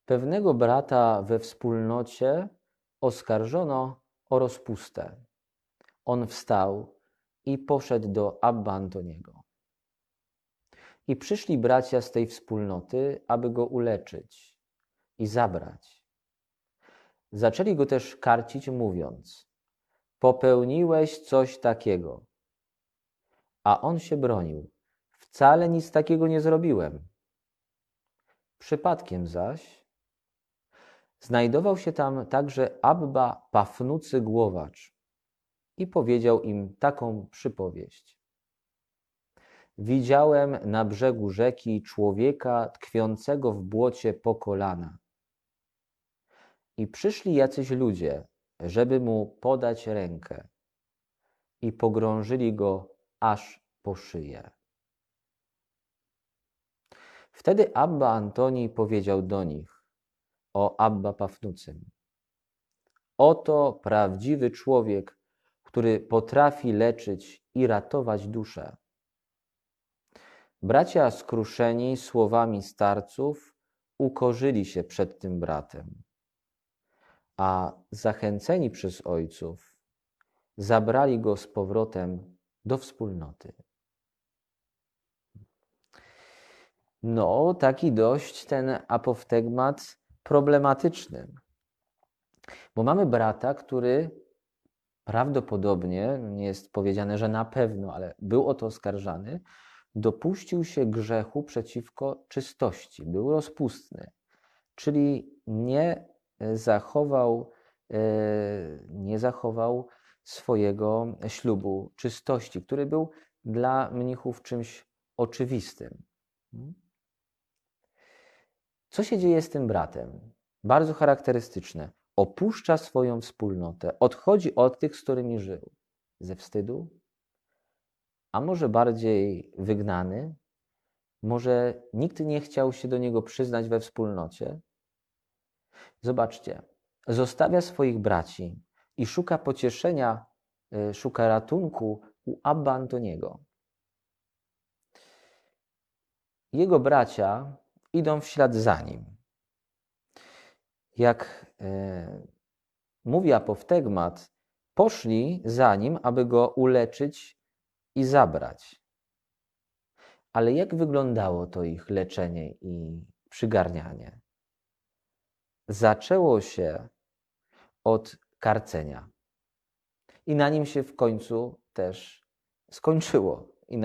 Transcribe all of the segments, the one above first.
Pewnego brata we wspólnocie oskarżono o rozpustę. On wstał i poszedł do Abba Antoniego. I przyszli bracia z tej wspólnoty, aby go uleczyć i zabrać. Zaczęli go też karcić, mówiąc: popełniłeś coś takiego. A on się bronił: wcale nic takiego nie zrobiłem. Przypadkiem zaś znajdował się tam także Abba Pafnucy głowacz i powiedział im taką przypowieść. Widziałem na brzegu rzeki człowieka tkwiącego w błocie po kolana. I przyszli jacyś ludzie, żeby mu podać rękę i pogrążyli go aż po szyję. Wtedy Abba Antoni powiedział do nich o Abba Pafnucym: oto prawdziwy człowiek, który potrafi leczyć i ratować duszę. Bracia skruszeni słowami starców ukorzyli się przed tym bratem, a zachęceni przez ojców zabrali go z powrotem do wspólnoty. No, taki dość ten apoftegmat problematyczny. Bo mamy brata, który prawdopodobnie, nie jest powiedziane, że na pewno, ale był o to oskarżany, dopuścił się grzechu przeciwko czystości, był rozpustny, czyli nie zachował swojego ślubu czystości, który był dla mnichów czymś oczywistym. Co się dzieje z tym bratem? Bardzo charakterystyczne. Opuszcza swoją wspólnotę, odchodzi od tych, z którymi żył. Ze wstydu? A może bardziej wygnany? Może nikt nie chciał się do niego przyznać we wspólnocie? Zobaczcie, zostawia swoich braci i szuka pocieszenia, szuka ratunku u Abba Antoniego. Jego bracia idą w ślad za nim. Jak mówi apoftegmat, poszli za nim, aby go uleczyć i zabrać. Ale jak wyglądało to ich leczenie i przygarnianie? Zaczęło się od karcenia. I na nim się w końcu też skończyło.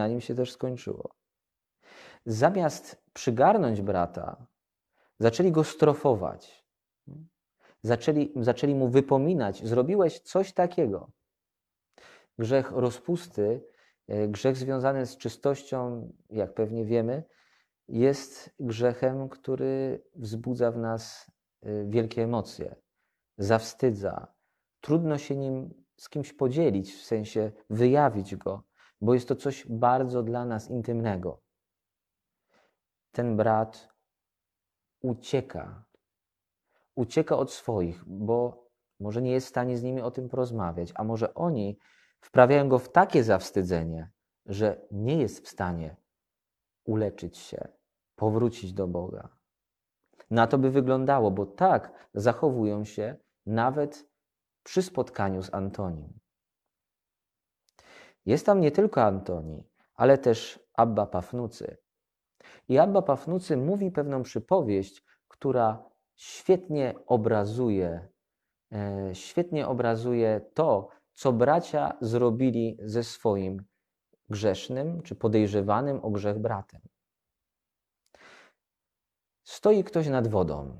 Zamiast przygarnąć brata, zaczęli go strofować. Zaczęli mu wypominać: zrobiłeś coś takiego. Grzech rozpusty, grzech związany z czystością, jak pewnie wiemy, jest grzechem, który wzbudza w nas wielkie emocje, zawstydza. Trudno się nim z kimś podzielić, w sensie wyjawić go, bo jest to coś bardzo dla nas intymnego. Ten brat ucieka od swoich, bo może nie jest w stanie z nimi o tym porozmawiać, a może oni wprawiają go w takie zawstydzenie, że nie jest w stanie uleczyć się, powrócić do Boga. Na to by wyglądało, bo tak zachowują się nawet przy spotkaniu z Antonim. Jest tam nie tylko Antoni, ale też Abba Pafnucy. I Abba Pafnucy mówi pewną przypowieść, która świetnie obrazuje to, co bracia zrobili ze swoim grzesznym czy podejrzewanym o grzech bratem. Stoi ktoś nad wodą,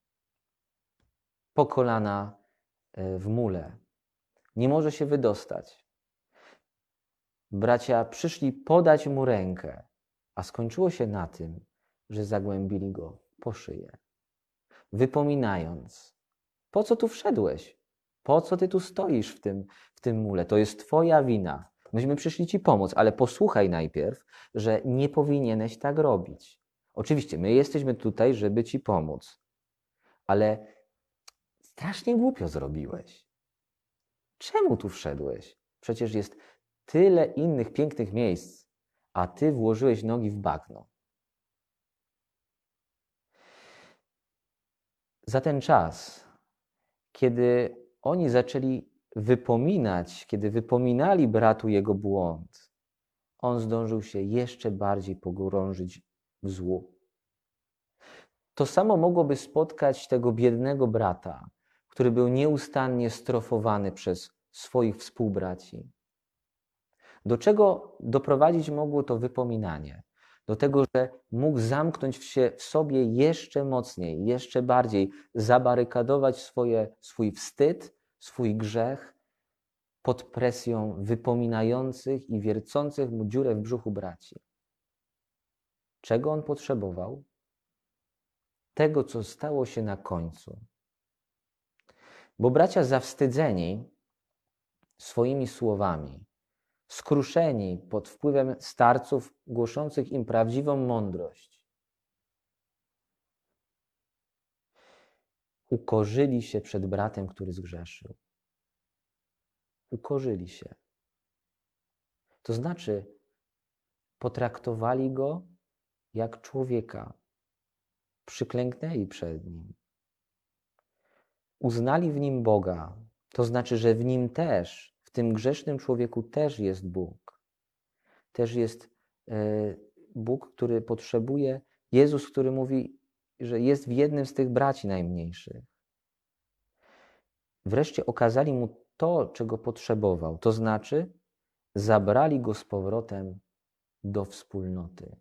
po kolana w mule. Nie może się wydostać. Bracia przyszli podać mu rękę, a skończyło się na tym, że zagłębili go po szyję, wypominając: po co tu wszedłeś? Po co ty tu stoisz w tym mule? To jest twoja wina. Myśmy przyszli ci pomóc, ale posłuchaj najpierw, że nie powinieneś tak robić. Oczywiście, my jesteśmy tutaj, żeby ci pomóc, ale strasznie głupio zrobiłeś. Czemu tu wszedłeś? Przecież jest tyle innych pięknych miejsc, a ty włożyłeś nogi w bagno. Za ten czas, kiedy oni zaczęli wypominać, kiedy wypominali bratu jego błąd, on zdążył się jeszcze bardziej pogrążyć w złu. To samo mogłoby spotkać tego biednego brata, który był nieustannie strofowany przez swoich współbraci. Do czego doprowadzić mogło to wypominanie? Do tego, że mógł zamknąć się w sobie jeszcze mocniej, jeszcze bardziej, zabarykadować swój wstyd, swój grzech pod presją wypominających i wiercących mu dziurę w brzuchu braci. Czego on potrzebował? Tego, co stało się na końcu. Bo bracia zawstydzeni swoimi słowami, skruszeni pod wpływem starców głoszących im prawdziwą mądrość, ukorzyli się przed bratem, który zgrzeszył. Ukorzyli się. To znaczy, potraktowali go jak człowieka. Przyklęknęli przed nim. Uznali w nim Boga. To znaczy, że w nim też, w tym grzesznym człowieku też jest Bóg. Też jest Bóg, który potrzebuje, Jezus, który mówi, że jest w jednym z tych braci najmniejszych. Wreszcie okazali mu to, czego potrzebował. To znaczy, zabrali go z powrotem do wspólnoty.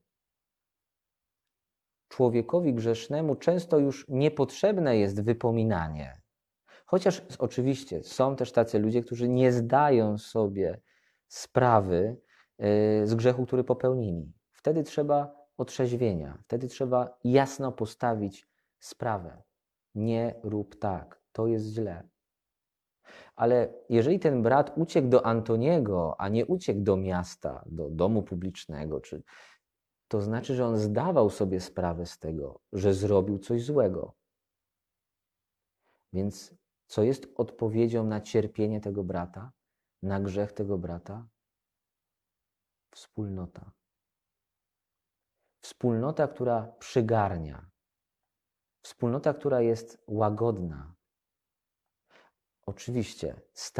Człowiekowi grzesznemu często już niepotrzebne jest wypominanie. Chociaż oczywiście są też tacy ludzie, którzy nie zdają sobie sprawy z grzechu, który popełnili. Wtedy trzeba otrzeźwienia, wtedy trzeba jasno postawić sprawę. Nie rób tak, to jest źle. Ale jeżeli ten brat uciekł do Antoniego, a nie uciekł do miasta, do domu publicznego, to znaczy, że on zdawał sobie sprawę z tego, że zrobił coś złego. Więc co jest odpowiedzią na cierpienie tego brata, na grzech tego brata? Wspólnota. Wspólnota, która przygarnia. Wspólnota, która jest łagodna. Oczywiście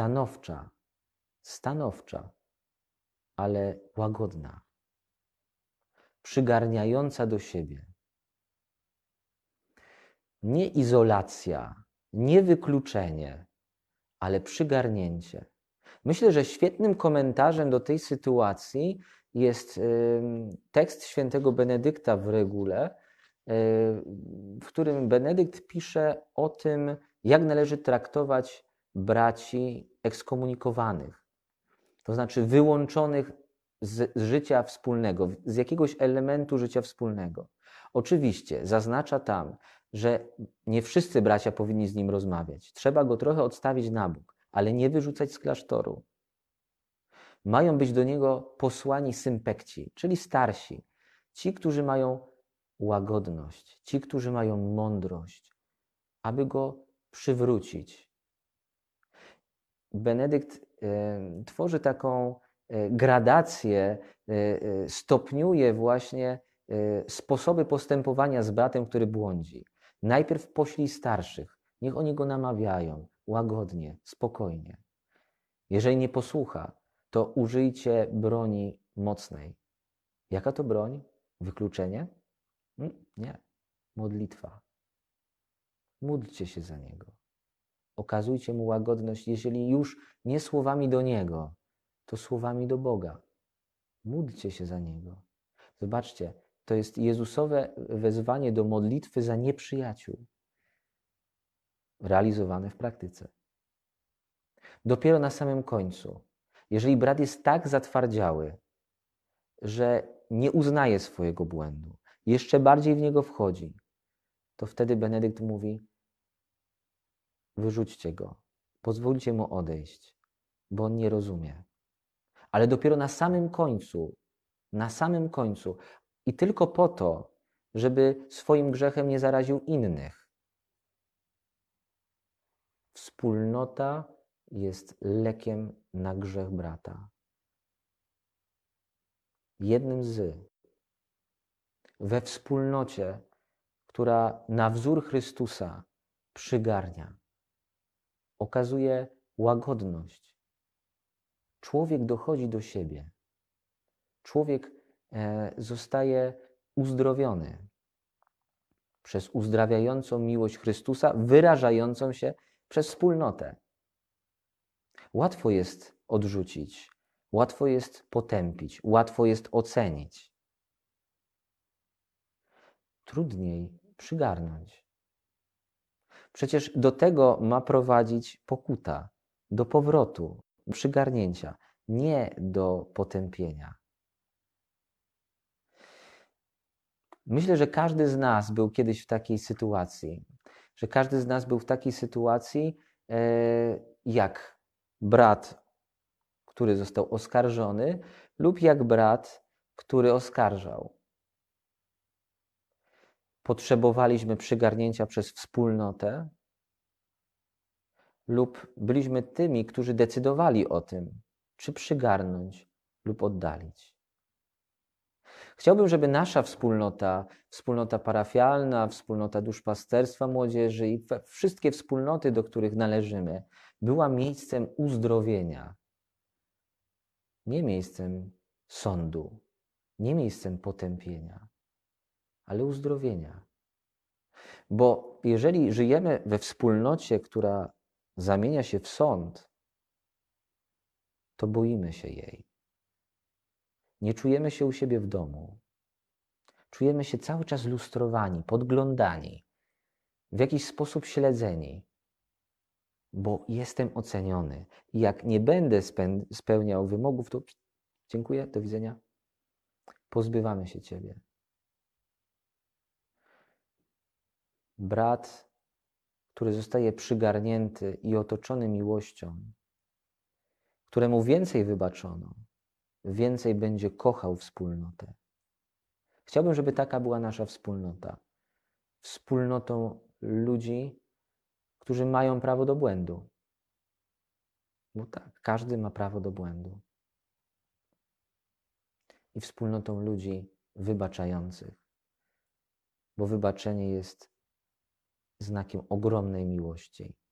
stanowcza, ale łagodna. Przygarniająca do siebie. Nie izolacja, nie wykluczenie, ale przygarnięcie. Myślę, że świetnym komentarzem do tej sytuacji jest tekst świętego Benedykta w regule, w którym Benedykt pisze o tym, jak należy traktować braci ekskomunikowanych, to znaczy wyłączonych z życia wspólnego, z jakiegoś elementu życia wspólnego. Oczywiście zaznacza tam, że nie wszyscy bracia powinni z nim rozmawiać. Trzeba go trochę odstawić na bok, ale nie wyrzucać z klasztoru. Mają być do niego posłani sympekci, czyli starsi. Ci, którzy mają łagodność, ci, którzy mają mądrość, aby go przywrócić. Benedykt tworzy taką gradację, stopniuje właśnie sposoby postępowania z bratem, który błądzi. Najpierw poślij starszych, niech oni go namawiają, łagodnie, spokojnie. Jeżeli nie posłucha, to użyjcie broni mocnej. Jaka to broń? Wykluczenie? Nie. Modlitwa. Módlcie się za niego. Okazujcie mu łagodność, jeżeli już nie słowami do niego, to słowami do Boga. Módlcie się za niego. Zobaczcie, to jest Jezusowe wezwanie do modlitwy za nieprzyjaciół, realizowane w praktyce. Dopiero na samym końcu, jeżeli brat jest tak zatwardziały, że nie uznaje swojego błędu, jeszcze bardziej w niego wchodzi, to wtedy Benedykt mówi: wyrzućcie go, pozwólcie mu odejść, bo on nie rozumie. Ale dopiero na samym końcu i tylko po to, żeby swoim grzechem nie zaraził innych. Wspólnota jest lekiem na grzech brata. Jednym z. We wspólnocie, która na wzór Chrystusa przygarnia, okazuje łagodność. Człowiek dochodzi do siebie. Człowiek zostaje uzdrowiony przez uzdrawiającą miłość Chrystusa, wyrażającą się przez wspólnotę. Łatwo jest odrzucić, łatwo jest potępić, łatwo jest ocenić. Trudniej przygarnąć. Przecież do tego ma prowadzić pokuta, do powrotu, przygarnięcia, nie do potępienia. Myślę, że każdy z nas był kiedyś w takiej sytuacji, jak brat, który został oskarżony, lub jak brat, który oskarżał. Potrzebowaliśmy przygarnięcia przez wspólnotę, lub byliśmy tymi, którzy decydowali o tym, czy przygarnąć lub oddalić. Chciałbym, żeby nasza wspólnota parafialna, wspólnota duszpasterstwa młodzieży i wszystkie wspólnoty, do których należymy, była miejscem uzdrowienia. Nie miejscem sądu, nie miejscem potępienia, ale uzdrowienia. Bo jeżeli żyjemy we wspólnocie, która zamienia się w sąd, to boimy się jej. Nie czujemy się u siebie w domu. Czujemy się cały czas lustrowani, podglądani, w jakiś sposób śledzeni, bo jestem oceniony. I jak nie będę spełniał wymogów, to dziękuję, do widzenia. Pozbywamy się Ciebie. Brat, który zostaje przygarnięty i otoczony miłością, któremu więcej wybaczono, więcej będzie kochał wspólnotę. Chciałbym, żeby taka była nasza wspólnota. Wspólnotą ludzi, którzy mają prawo do błędu. Bo tak, każdy ma prawo do błędu. I wspólnotą ludzi wybaczających. Bo wybaczenie jest znakiem ogromnej miłości.